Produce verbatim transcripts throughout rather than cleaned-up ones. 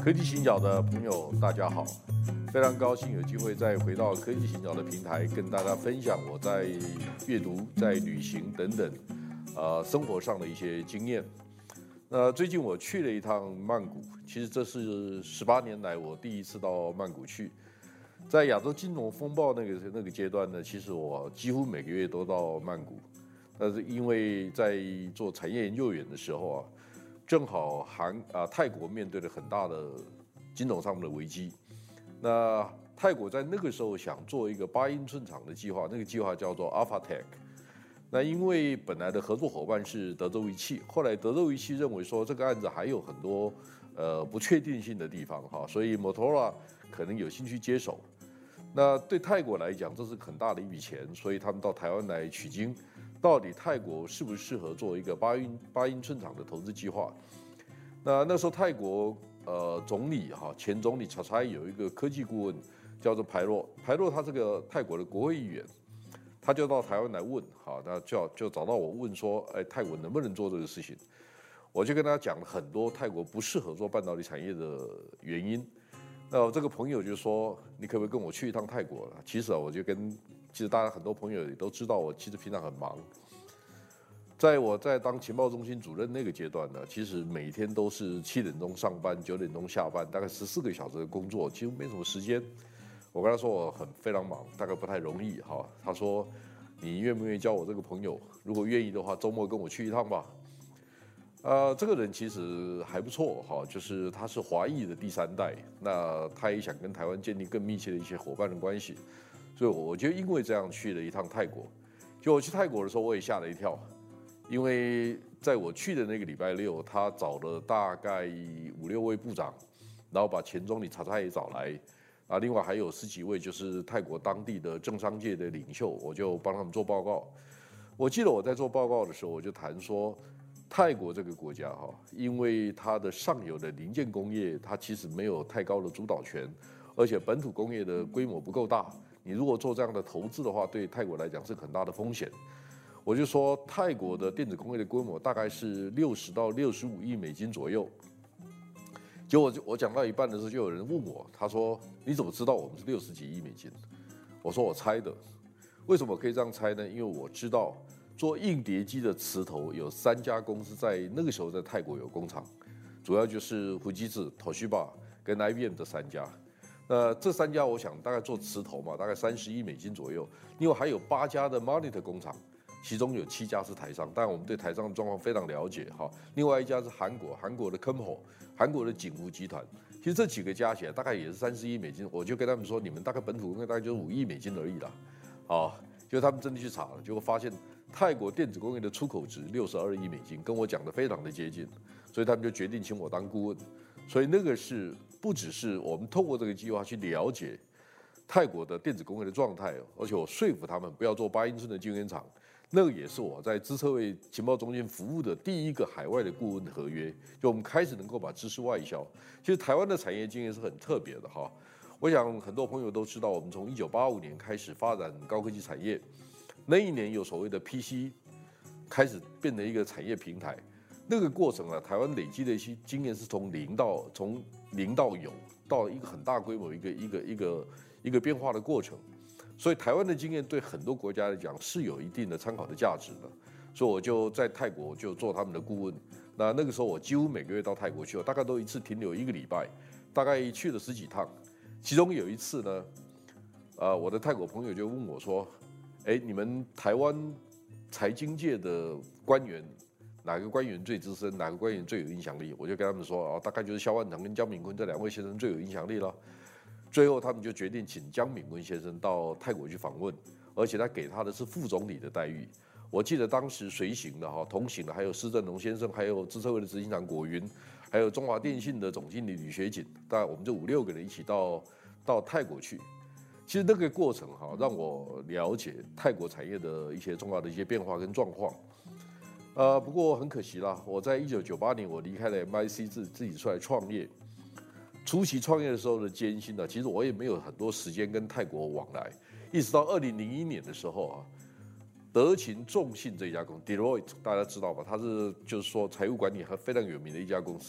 科技行脚的朋友，大家好！非常高兴有机会再回到科技行脚的平台，跟大家分享我在阅读、在旅行等等，呃，生活上的一些经验。那最近我去了一趟曼谷，其实这是十八年来我第一次到曼谷去。在亚洲金融风暴那个那个阶段呢，其实我几乎每个月都到曼谷。但是因为在做产业研究员的时候啊，正好韩啊泰国面对了很大的金融上面的危机。那泰国在那个时候想做一个八英寸厂的计划，那个计划叫做 AlphaTech。那因为本来的合作伙伴是德州仪器，后来德州仪器认为说这个案子还有很多呃不确定性的地方哈，所以 Motorola 可能有兴趣接手。那对泰国来讲，这是很大的一笔钱，所以他们到台湾来取经。到底泰国适不适合做一个八英八英寸厂的投资计划？那那时候泰国呃总理哈前总理查查有一个科技顾问叫做排洛，排洛他这个泰国的国会议员，他就到台湾来问，好，那就就找到我问说，哎，泰国能不能做这个事情？我就跟他讲了很多泰国不适合做半导体产业的原因。那我这个朋友就说，你可不可以跟我去一趟泰国？其实啊，我就跟其实大家很多朋友也都知道，我其实平常很忙。在我在当情报中心主任那个阶段呢，其实每天都是七点钟上班，九点钟下班，大概十四个小时的工作，几乎没什么时间。我跟他说我很非常忙，大概不太容易哈。他说你愿不愿意交我这个朋友？如果愿意的话，周末跟我去一趟吧。呃，这个人其实还不错哈，就是他是华裔的第三代，那他也想跟台湾建立更密切的一些伙伴的关系，所以我就因为这样去了一趟泰国。就我去泰国的时候，我也吓了一跳，因为在我去的那个礼拜六，他找了大概五六位部长，然后把前总理查查也找来，啊，另外还有十几位就是泰国当地的政商界的领袖，我就帮他们做报告。我记得我在做报告的时候，我就谈说。泰国这个国家哈，因为它的上游的零件工业，它其实没有太高的主导权，而且本土工业的规模不够大。你如果做这样的投资的话，对泰国来讲是很大的风险。我就说，泰国的电子工业的规模大概是六十到六十五亿美金左右。结果我讲到一半的时候，就有人问我，他说：“你怎么知道我们是六十几亿美金？”我说：“我猜的。”为什么可以这样猜呢？因为我知道。做硬碟机的磁头有三家公司在那个时候在泰国有工厂，主要就是富士智、Toshiba 跟 I B M 这三家。那这三家我想大概做磁头嘛，大概三十亿美金左右。另外还有八家的 monitor 工厂，其中有七家是台商，当然我们对台商的状况非常了解哈。另外一家是韩国，韩国的 Kemho， 韩国的景福集团。其实这几个加起来大概也是三十亿美金。我就跟他们说，你们大概本土工业大概就是五亿美金而已啦。好，就他们真的去查了，结果发现。泰国电子工业的出口值六十二亿美金，跟我讲的非常的接近，所以他们就决定请我当顾问。所以那个是不只是我们透过这个计划去了解泰国的电子工业的状态，而且我说服他们不要做八英寸的晶圆厂。那个也是我在资策会情报中心服务的第一个海外的顾问合约，就我们开始能够把知识外销。其实台湾的产业经验是很特别的哈。我想很多朋友都知道，我们从一九八五年开始发展高科技产业。那一年有所谓的 P C 开始变成一个产业平台，那个过程啊，台湾累积的一些经验是从零到从零到有，到一个很大规模一个一个一个一个变化的过程，所以台湾的经验对很多国家来讲是有一定的参考的价值的，所以我就在泰国就做他们的顾问。那那个时候我几乎每个月到泰国去，我大概都一次停留一个礼拜，大概去了十几趟，其中有一次呢，呃，我的泰国朋友就问我说。哎，你们台湾财经界的官员，哪个官员最资深，哪个官员最有影响力？我就跟他们说，哦，大概就是萧万长跟江炳坤这两位先生最有影响力了。最后他们就决定请江炳坤先生到泰国去访问，而且他给他的是副总理的待遇。我记得当时随行的哈，同行的还有施正荣先生，还有资策会的执行长果云，还有中华电信的总经理吕学锦，大概我们这五六个人一起到到泰国去。其实那个过程哈，让我了解泰国产业的一些重要的一些变化跟状况。呃，不过很可惜啦，我在一九九八年我离开了 M I C 自自己出来创业。初期创业的时候的艰辛呢，其实我也没有很多时间跟泰国往来，一直到二零零一年的时候啊，德勤众信这一家公司 ，Deloitte 大家知道吧？它是就是说财务管理还非常有名的一家公司，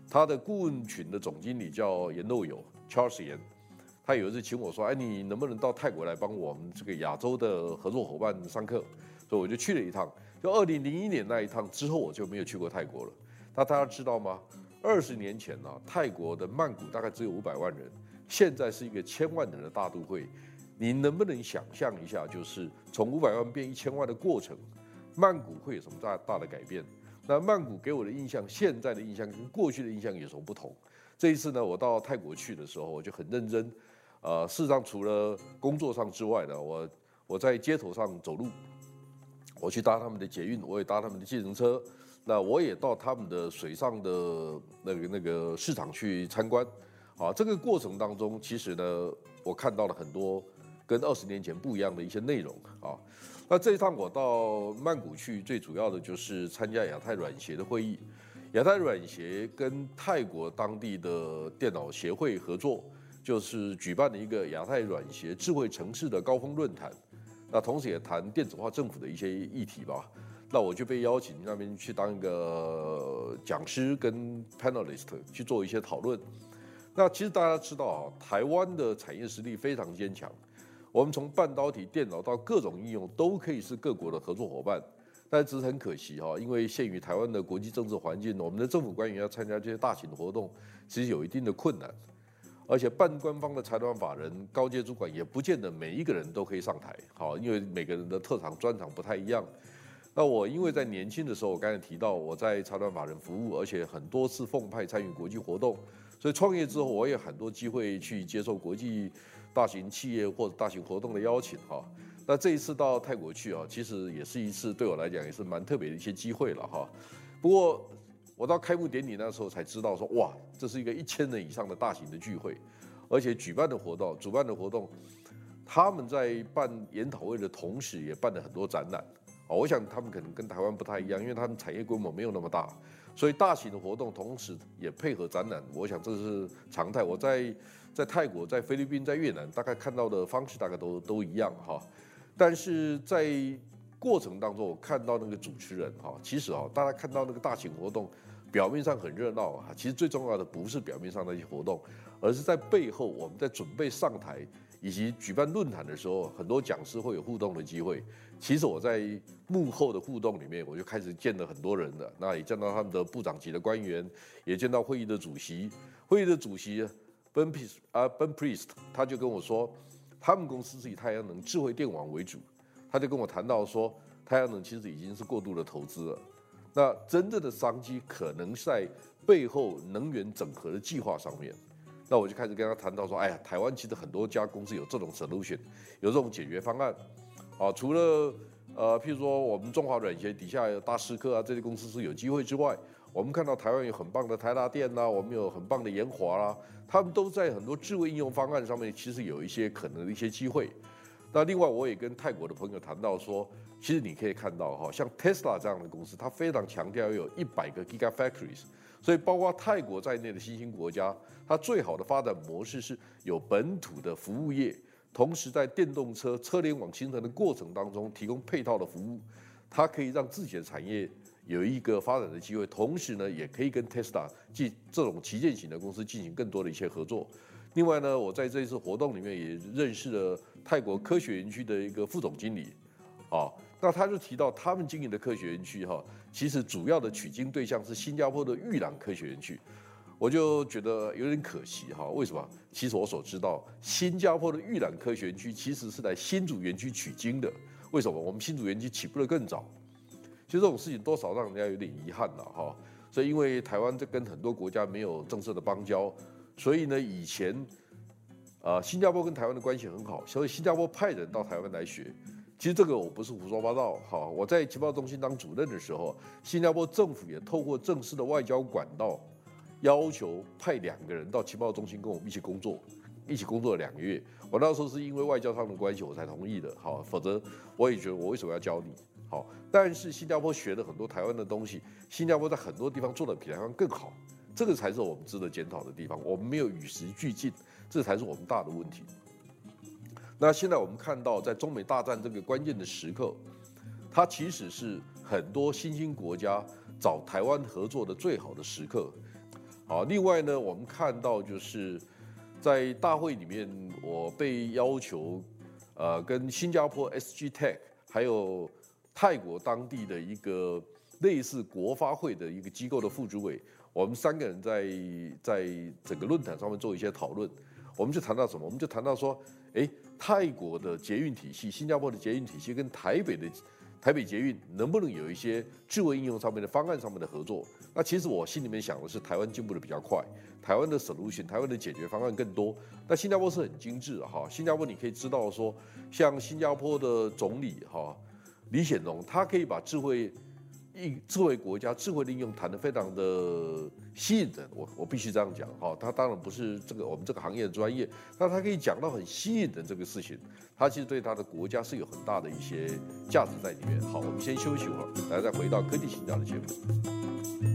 他的顾问群的总经理叫严斗友 Charles 严，他有一次请我说，哎，你能不能到泰国来帮我们这个亚洲的合作伙伴上课？所以我就去了一趟。就二零零一年那一趟之后，我就没有去过泰国了。那大家知道吗？二十年前呢、啊，泰国的曼谷大概只有五百万人，现在是一个千万人的大都会。你能不能想象一下，就是从五百万变一千万的过程，曼谷会有什么大大的改变？那曼谷给我的印象，现在的印象跟过去的印象有什么不同？这一次呢，我到泰国去的时候，我就很认真。呃，事实上除了工作上之外呢，我我在街头上走路，我去搭他们的捷运，我也搭他们的计程车。那我也到他们的水上的那个那个市场去参观。啊，这个过程当中，其实呢，我看到了很多跟二十年前不一样的一些内容啊。那这一趟我到曼谷去，最主要的就是参加亚太软协的会议。亚太软协跟泰国当地的电脑协会合作，就是举办了一个亚太软协智慧城市的高峰论坛。那同时也谈电子化政府的一些议题吧。那我就被邀请那边去当一个讲师跟 panelist 去做一些讨论。那其实大家知道啊，台湾的产业实力非常坚强，我们从半导体、电脑到各种应用都可以是各国的合作伙伴。但只是很可惜哈，因为限于台湾的国际政治环境，我们的政府官员要参加这些大型的活动，其实有一定的困难。而且半官方的财团法人、高阶主管也不见得每一个人都可以上台，好，因为每个人的特长专长不太一样。那我因为在年轻的时候，我刚才提到我在财团法人服务，而且很多次奉派参与国际活动，所以创业之后我也很多机会去接受国际大型企业或者大型活动的邀请哈。那这一次到泰国去啊，其实也是一次对我来讲也是蛮特别的一些机会了哈。不过我到开幕典礼那时候才知道说，哇，这是一个一千人以上的大型的聚会，而且举办的活动、主办的活动，他们在办研讨会的同时，也办了很多展览。哦，我想他们可能跟台湾不太一样，因为他们产业规模没有那么大，所以大型的活动同时也配合展览，我想这是常态。我在在泰国、在菲律宾、在越南，大概看到的方式大概都都一样哈。但是在过程当中，我看到那个主持人哈，其实啊，大家看到那个大型活动，表面上很热闹啊，其实最重要的不是表面上那些活动，而是在背后我们在准备上台以及举办论坛的时候，很多讲师会有互动的机会。其实我在幕后的互动里面，我就开始见了很多人了，那也见到他们的部长级的官员，也见到会议的主席。会议的主席 Ben Priest 啊 Ben Priest 他就跟我说，他们公司是以太阳能智慧电网为主，他就跟我谈到说，太阳能其实已经是过度的投资了，那真正的商机可能在背后能源整合的计划上面。那我就开始跟他谈到说，哎呀，台湾其实很多家公司有这种 solution， 有这种解决方案。啊，除了呃，譬如说我们中华软协底下有大思科啊这些公司是有机会之外，我们看到台湾有很棒的台达电啦，我们有很棒的研华啦，他们都在很多智慧应用方案上面，其实有一些可能的一些机会。那另外，我也跟泰国的朋友谈到说，其实你可以看到哈，像 Tesla 这样的公司，它非常强调有一百个 Gigafactories， 所以包括泰国在内的新兴国家，它最好的发展模式是有本土的服务业。同时，在电动车车联网形成的过程当中，提供配套的服务，它可以让自己的产业有一个发展的机会。同时呢，也可以跟 Tesla 这种旗舰型的公司进行更多的一些合作。另外呢，我在这一次活动里面也认识了泰国科学园区的一个副总经理，啊，那他就提到他们经营的科学园区哈，其实主要的取经对象是新加坡的玉朗科学园区。我就觉得有点可惜哈，为什么？其实我所知道，新加坡的玉兰科学园区其实是来新竹园区取经的。为什么？我们新竹园区起步的更早。其实这种事情多少让人家有点遗憾了哈。所以因为台湾这跟很多国家没有正式的邦交，所以呢，以前呃新加坡跟台湾的关系很好，所以新加坡派人到台湾来学。其实这个我不是胡说八道哈。我在情报中心当主任的时候，新加坡政府也透过正式的外交管道。要求派两个人到情报中心跟我们一起工作，一起工作了两个月。我那时候是因为外交上的关系我才同意的，好，否则我也觉得我为什么要教你？好，但是新加坡学了很多台湾的东西，新加坡在很多地方做得比台湾更好，这个才是我们值得检讨的地方。我们没有与时俱进，这才是我们大的问题。那现在我们看到，在中美大战这个关键的时刻，它其实是很多新兴国家找台湾合作的最好的时刻。 好，另外呢，我们看到就是在大会里面，我被要求，呃，跟新加坡 S G Tech 还有泰国当地的一个类似国发会的一个机构的副主委，我们三个人在在整个论坛上面做一些讨论。我们就谈到什么？我们就谈到说，哎，泰国的捷运体系、新加坡的捷运体系跟台北的台北捷运能不能有一些智慧应用上面的方案上面的合作？那其实我心里面想的是，台湾进步的比较快，台湾的 solution、台湾的解决方案更多。那新加坡是很精致的哈，新加坡你可以知道说，像新加坡的总理哈李显龙，他可以把智慧应智慧国家智慧的应用谈得非常的吸引人，我我必须这样讲哈。他当然不是这个我们这个行业的专业，但他可以讲到很吸引人这个事情，他其实对他的国家是有很大的一些价值在里面。好，我们先休息会儿，大家再回到科技行脚的节目。